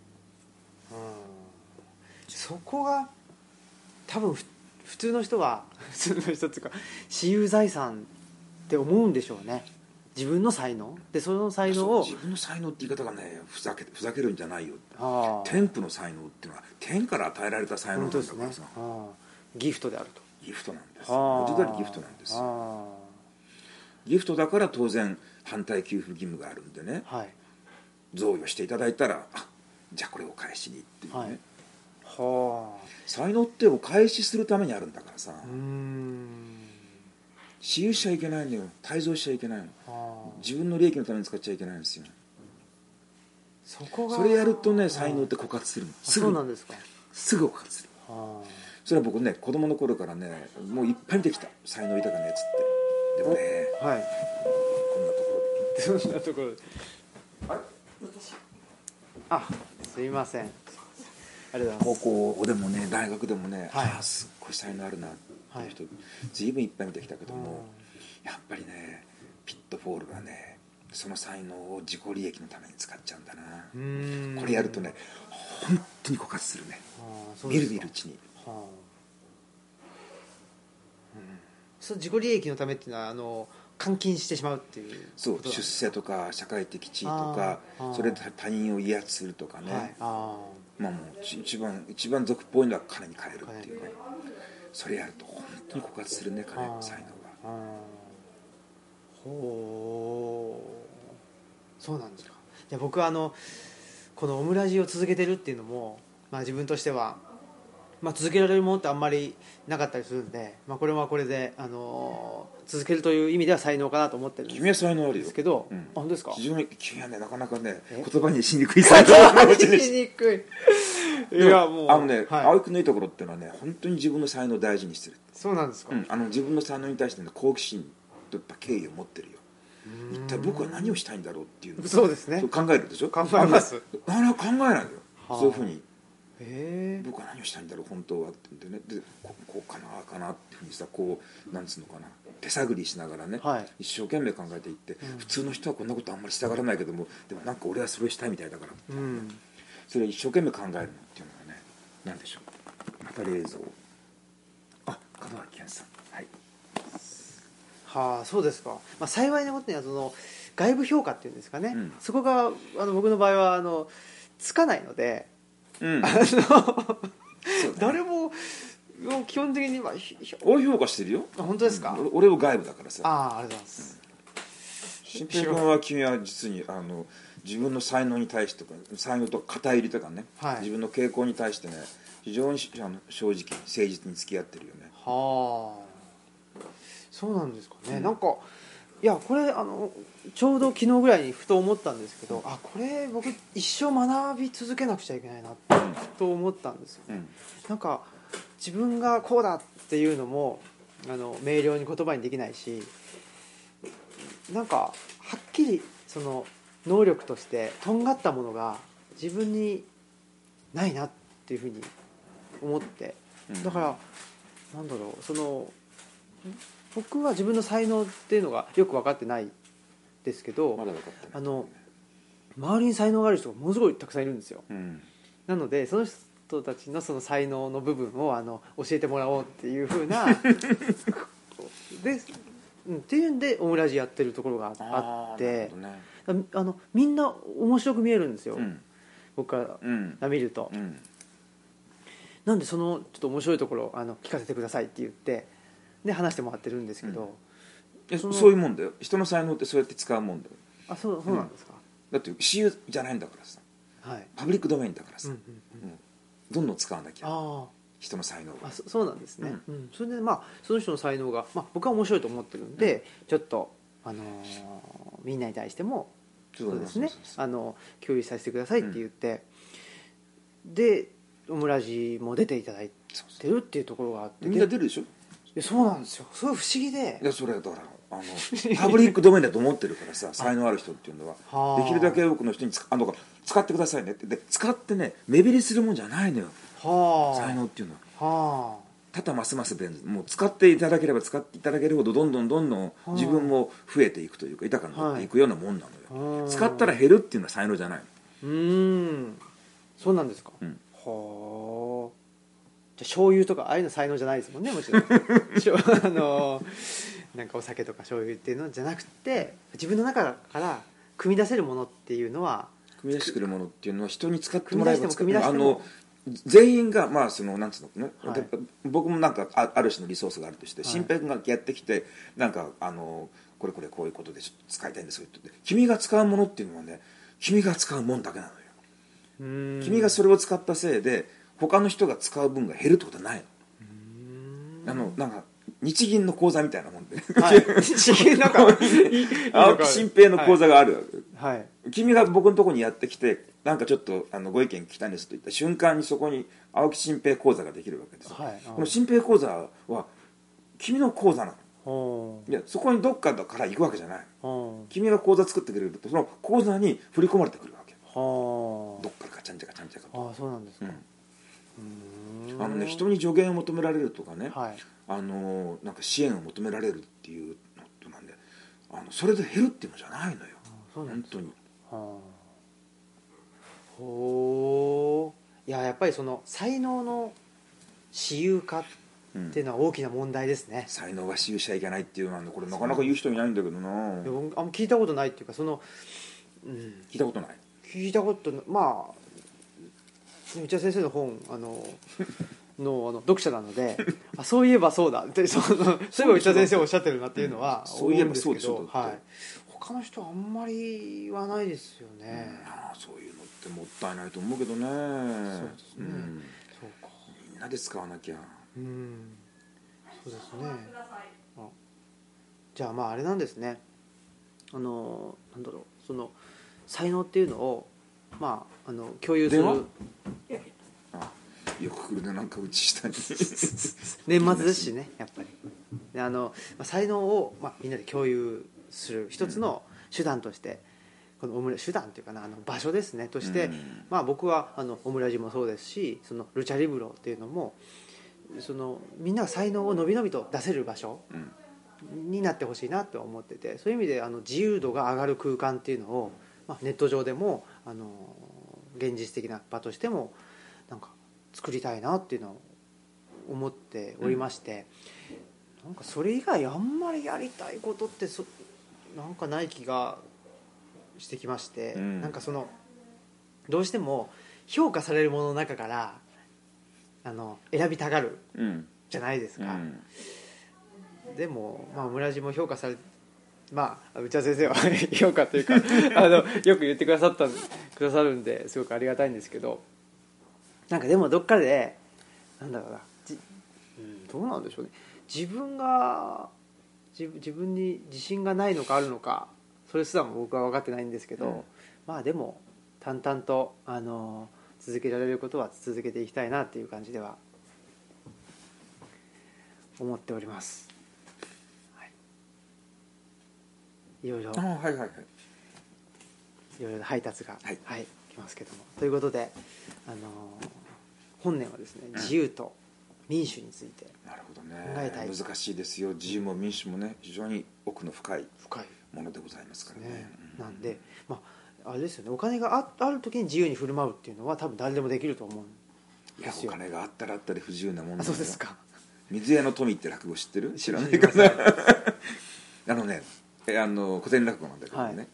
そこが多分普通の人は普通の人っていうか、私有財産って思うんでしょうね。自分の才能で、その才能を、 自分の才能って言い方がね、ふざけるんじゃないよ。天賦の才能っていうのは天から与えられた才能なんだからさ、 ギフトであると。 ギフトなんです。文字通りギフトなんです。ギフトだから当然反対給付義務があるんでね、贈与していただいたら、じゃあこれをお返しにっていうね、才能ってお返しするためにあるんだからさ、私有しちゃいけないのよ、退蔵しちゃいけないの、自分の利益のために使っちゃいけないんですよ。それやるとね、才能って枯渇するの。 そうなんですか。 すぐ枯渇する。それは僕ね、子供の頃からね、もういっぱい見てきた、才能豊かなやつって。でもね、 こんなところですいません、ありがとうございます。 高校でもね、大学でもね、すっごい才能あるなっていう人、随分いっぱい見てきたけども、やっぱりね、ピットフォールはね、その才能を自己利益のために使っちゃうんだな。これやるとね、本当に枯渇するね。見るうちに。 その自己利益のためっていうのは換金してしまうっていう。 そう、出世とか社会的地位とか、それで他人を威圧するとかね、もう一番俗っぽいのは金に換えるっていうね。それやると本当に枯渇するね、才能が。 そうなんですか。じゃあ僕はこのオムラジを続けてるっていうのも、自分としては、続けられるものってあんまりなかったりするんで、これはこれで、続けるという意味では才能かなと思ってるんです。 君は才能あるよ。 ですけど、本当ですか？ 君はね、なかなかね、言葉にしにくい才能しにくい。いやもう青井君のいいところっていうのはね、本当に自分の才能を大事にしてる。 そうなんですか。 自分の才能に対しての好奇心と敬意を持ってるよ。一体僕は何をしたいんだろうっていうのをそうですね、 考えるでしょ。 考えます。 考えないよ、そういうふうに。僕は何をしたいんだろう本当はって言ってね、でこうかなっていうふうにさ、こうなんつうのかな、手探りしながらね、一生懸命考えていって、普通の人はこんなことあんまりしたがらないけども、でもなんか俺はそれをしたいみたいだから、それを一生懸命考えるのっていうのはね、何でしょう、 語り映像、あ、門脇健さん、はい、 はあ、そうですか。幸いなことにはその外部評価っていうんですかね、そこが僕の場合はつかないので、誰も基本的に俺評価してるよ。 本当ですか？ 俺は外部だからさ。 ありがとうございます。 新平君は、君は実に自分の才能に対してとか、才能とか肩入りとかね、自分の傾向に対してね、非常に正直誠実に付き合ってるよね。 はあ、そうなんですかね。なんかいや、これちょうど昨日ぐらいにふと思ったんですけど、これ僕一生学び続けなくちゃいけないなと思ったんですよね。なんか自分がこうだっていうのも明瞭に言葉にできないし、なんかはっきりその能力としてとんがったものが自分にないなっていうふうに思って、だからなんだろう、僕は自分の才能っていうのがよく分かってないですけど、 まだ分かってない、 周りに才能がある人がものすごいたくさんいるんですよ。なのでその人たちのその才能の部分を教えてもらおうっていうふうなでっていうんでオムラジやってるところがあって、みんな面白く見えるんですよ、僕から見ると、なんでちょっと面白いところ聞かせてくださいって言ってで話してもらってるんですけど、 そういうもんだよ。人の才能ってそうやって使うもんだよ。 そうなんですか。 だって私有じゃないんだからさ、パブリックドメインだからさ、どんどん使わなきゃ、人の才能が。 そうなんですね。それでその人の才能が、僕は面白いと思ってるんで、ちょっとみんなに対してもそうですね、共有させてくださいって言って、でオムラジも出ていただいてるっていうところがあって、 みんな出るでしょ。 そうなんですよ。それ不思議で、 それだからパブリックドメインだと思ってるからさ、才能ある人っていうのはできるだけ多くの人に使ってくださいねって。で使ってね、目減りするもんじゃないのよ、才能っていうのは。ただますます便利、もう使っていただければ使っていただけるほどどんどん自分も増えていくというか、豊かになっていくようなもんなのよ。使ったら減るっていうのは才能じゃないの。 そうなんですか。はあ。じゃ醤油とかああいうの才能じゃないですもんね、もちろんなんかお酒とか醤油っていうのじゃなくて、自分の中から組み出せるものっていうのは、 組み出してくるものっていうのは人に使ってもらえば組み出しても全員がなんつうのね、僕もなんかある種のリソースがあるとして、新平君がやってきてなんかこれこういうことでちょっと使いたいんですよって言って、君が使うものっていうのはね、君が使うもんだけなのよ。君がそれを使ったせいで他の人が使う分が減るってことはないの。なんか日銀の口座みたいなもんで、日銀なんか青木新平の口座があるわけ、君が僕のところにやってきてなんかちょっとご意見聞きたいんですと言った瞬間に、そこに青木新平口座ができるわけです、この新平口座は君の口座なの。いや、そこにどっかから行くわけじゃない。君が口座作ってくれると、その口座に振り込まれてくるわけ。どっからかちゃんちゃかと。 そうなんですか。 人に助言を求められるとかね、なんか支援を求められるっていうのとなんで、それで減るっていうのじゃないのよ、本当に。 いや、やっぱりその才能の私有化っていうのは大きな問題ですね。 才能は私有しちゃいけないっていうのはこれなかなか言う人いないんだけどな。 聞いたことないっていうか、聞いたことない。 内田先生の本の読者なのでそういえばそうだって、そういえば内田先生おっしゃってるなっていうのは思うんですけど、他の人はあんまり言わないですよね。 そういうのってもったいないと思うけどね。そうですね。そうか、みんなで使わなきゃ。 そうですね。じゃああれなんですね。なんだろう、その才能っていうのを共有する。 よく来るね、なんかうち下に年末ですしね、やっぱりで才能を、みんなで共有する一つの手段として、この手段っていうかな、場所ですねとして、僕はオムラジもそうですし、そのルチャリブロっていうのも、みんなが才能をのびのびと出せる場所になってほしいなと思ってて、そういう意味で自由度が上がる空間っていうのを、ネット上でも現実的な場としてもなんか作りたいなっていうのを思っておりまして、なんかそれ以外あんまりやりたいことってなんかない気がしてきまして、なんかどうしても評価されるものの中から選びたがるじゃないですか、でも、村地も評価され、内田先生は評価というかよく言ってくださるんですごくありがたいんですけど、なんかでもどっかでなんだろうな、どうなんでしょうね、自分に自信がないのかあるのか、それすらも僕は分かってないんですけど、でも淡々と続けられることは続けていきたいなっていう感じでは思っております。いろいろ配達が、来ますけども、ということで、本年はですね、自由と民主について考えたい。 難しいですよ。自由も民主もね、非常に奥の深いものでございますからね。 なんで、あれですよね、お金がある時に自由に振る舞うっていうのは多分誰でもできると思うんですよ。 お金があったらあったで不自由なもんなんですよ。そうですか。 水屋の富って落語知ってる？知らないかな。古典落語なんだけどね、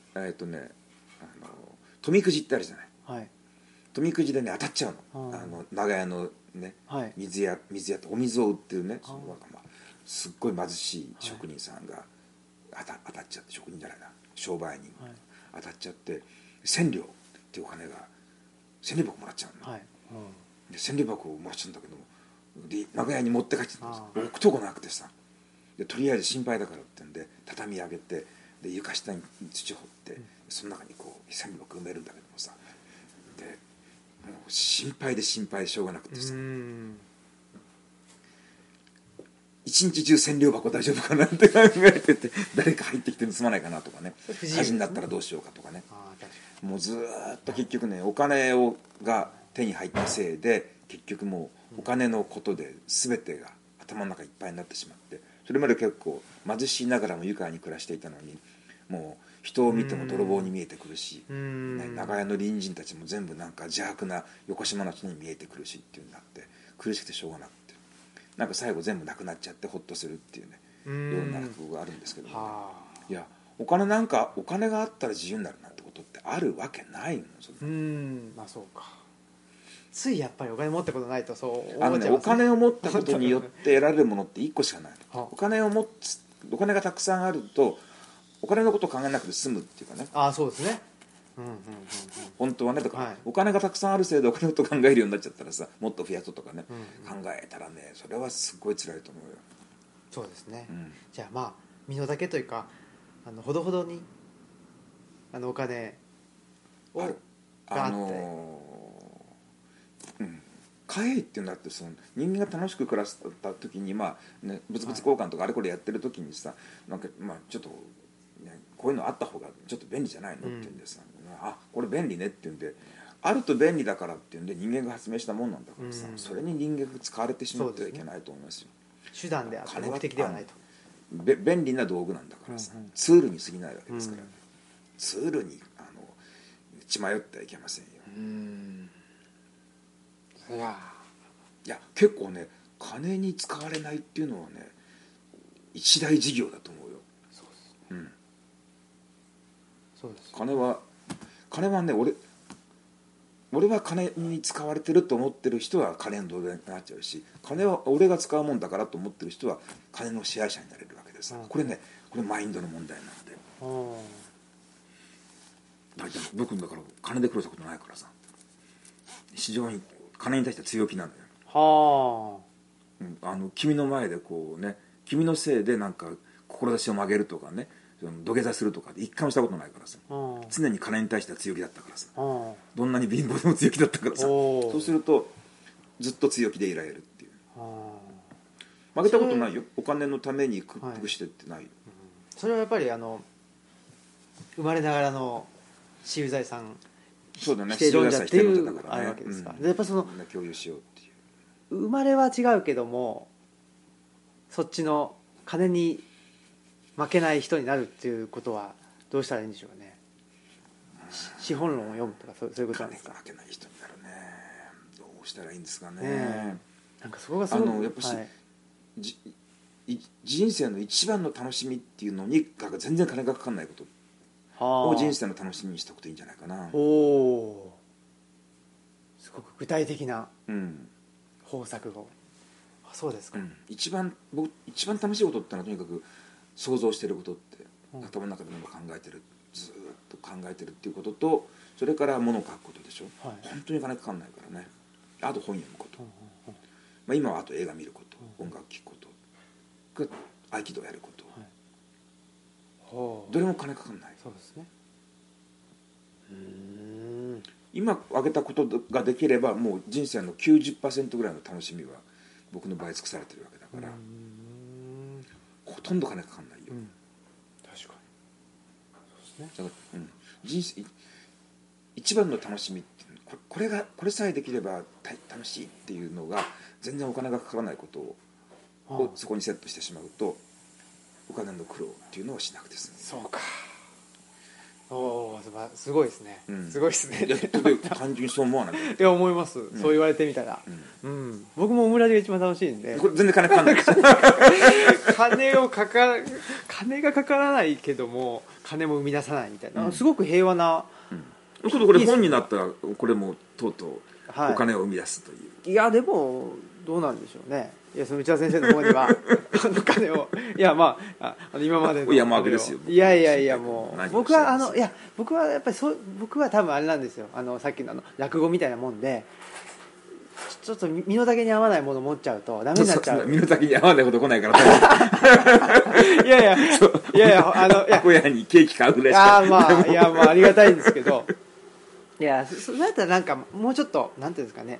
富くじってあるじゃない、富くじでね当たっちゃうの、長屋のね、水屋ってお水を売ってるね、すっごい貧しい職人さんが当たっちゃって、職人じゃないな、商売人が当たっちゃって、千両っていうお金が千両箱もらっちゃうの、で千両箱をもらっちゃうんだけども、で長屋に持って帰ってたんです。置くとこなくてさ、でとりあえず心配だからって言うんで畳上げて、で床下に土掘って、その中にこう千両箱埋めるんだけどもさ、でもう心配でしょうがなくてさ、一日中千両箱大丈夫かなって考えてて、誰か入ってきて盗まないかなとかね、火事になったらどうしようかとかね、もうずっと結局ね、お金が手に入ったせいで、結局もうお金のことで全てが頭の中いっぱいになってしまって、それまで結構貧しいながらも愉快に暮らしていたのに、もう人を見ても泥棒に見えてくるし、長屋の隣人たちも全部なんか邪悪な横島の人に見えてくるしっていうになって、苦しくてしょうがなくて、なんか最後全部なくなっちゃってホッとするっていうね、ような落語があるんですけども、いやお金があったら自由になるなんてことってあるわけないの。 そうか。ついやっぱりお金持ったことないとそう思っちゃいますね。 お金を持ったことによって得られるものって1個しかないの。お金がたくさんあるとお金のことを考えなくて済むっていうかね。 そうですね。 本当はね、だから、お金がたくさんあるせいでお金のことを考えるようになっちゃったらさ、もっと増やそうとかね、考えたらね、それはすごい辛いと思うよ。 そうですね。じゃあ身の丈というかほどほどにお金をがあって貨幣っていうのだって、その人間が楽しく暮らした時に、物々交換とかあれこれやってる時にさ、なんかちょっと、こういうのあった方がちょっと便利じゃないのって言うんでさ、これ便利ねって言うんで、あると便利だからっていうんで人間が発明したもんなんだからさ、それに人間が使われてしまってはいけないと思いますよ。 手段であって目的ではないと。 便利な道具なんだからさ、ツールに過ぎないわけですから、ツールに血迷ってはいけませんよ。いや結構ね、金に使われないっていうのはね、一大事業だと思うよ。 そうです。 金はね、俺は金に使われてると思ってる人は金の奴隷になっちゃうし、金は俺が使うもんだからと思ってる人は金の支配者になれるわけです。これマインドの問題なんで。僕だから金で苦労したことないからさ、非常に金に対して強気なのよ。君の前でこうね、君のせいでなんか志を曲げるとかね、土下座するとか一回もしたことないからさ、常に金に対しては強気だったからさ、どんなに貧乏でも強気だったからさ、そうするとずっと強気でいられるっていう。負けたことないよ。お金のために屈服してってないよ。 それはやっぱり生まれながらの私有財産そうだね、 否定論者っていうあるわけですか。やっぱ共有しようっていう。 生まれは違うけども、そっちの金に負けない人になるっていうことはどうしたらいいんでしょうかね。資本論を読むとかそういうことなんですか。 金に負けない人になるね。どうしたらいいんですかね。 なんかそこがすごくやっぱし、人生の一番の楽しみっていうのに全然金がかかんないことを人生の楽しみにしたこといいんじゃないかな。 おお、すごく具体的な方策を、そうですか、 一番楽しいことってのはとにかく想像してることって、頭の中でも考えてる、ずっと考えてるっていうことと、それから物を書くことでしょ、本当に金かかんないからね。あと本読むこと、今はあと映画見ること、音楽聴くこと、合気道やること、どれも金かかんない。 そうですね。 今挙げたことができればもう人生の 90% ぐらいの楽しみは僕の場合尽くされてるわけだから、ほとんど金かかんないよ、 確かにそうですね。 だから、人生一番の楽しみってこれさえできれば楽しいっていうのが全然お金がかからないことをそこにセットしてしまうと、お金の苦労っていうのをしなくて済む。 そうか。すごいですね、すごいですね。 単純にそう思わない？いや、思います、そう言われてみたら、僕もオムラジが一番楽しいんで。 これ全然金かかんない金がかからないけども金も生み出さないみたいな、すごく平和な、 これ本になったらこれもとうとうお金を生み出すという、 いやでもどうなんでしょうね。いや、その内田先生の方にはお金を、いや、今までの山分けですよ。 いやもう僕は僕はやっぱり僕は多分あれなんですよ、さっきの落語みたいなもんで、ちょっと身の丈に合わないもの持っちゃうとダメになっちゃう。 身の丈に合わないこと来ないからいや小屋にケーキ買うぐらいしか。 ありがたいんですけど、いや、それだったらなんかもうちょっとなんていうんですかね、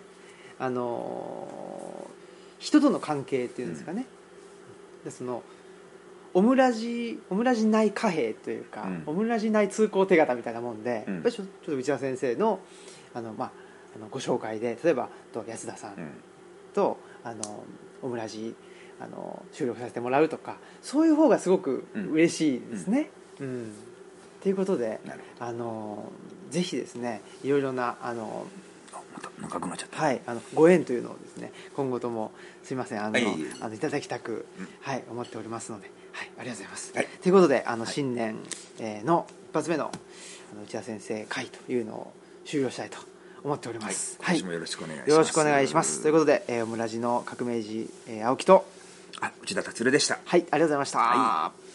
人との関係っていうんですかね、でそのオムラジ内貨幣というか、オムラジ内通行手形みたいなもんで、やっぱりちょっと内田先生のご紹介で、例えば安田さんとオムラジ収録させてもらうとか、そういう方がすごく嬉しいですね。ということで、ぜひですね、いろいろな長くなっちゃった、 ご縁というのをですね、今後ともすいませんいただきたく、思っておりますので、ありがとうございます。ということで新年の一発目の内田先生会というのを終了したいと思っております。 今年もよろしくお願いします。 よろしくお願いします。ということで、オムラジの革命児青木と内田達郎でした。 ありがとうございました。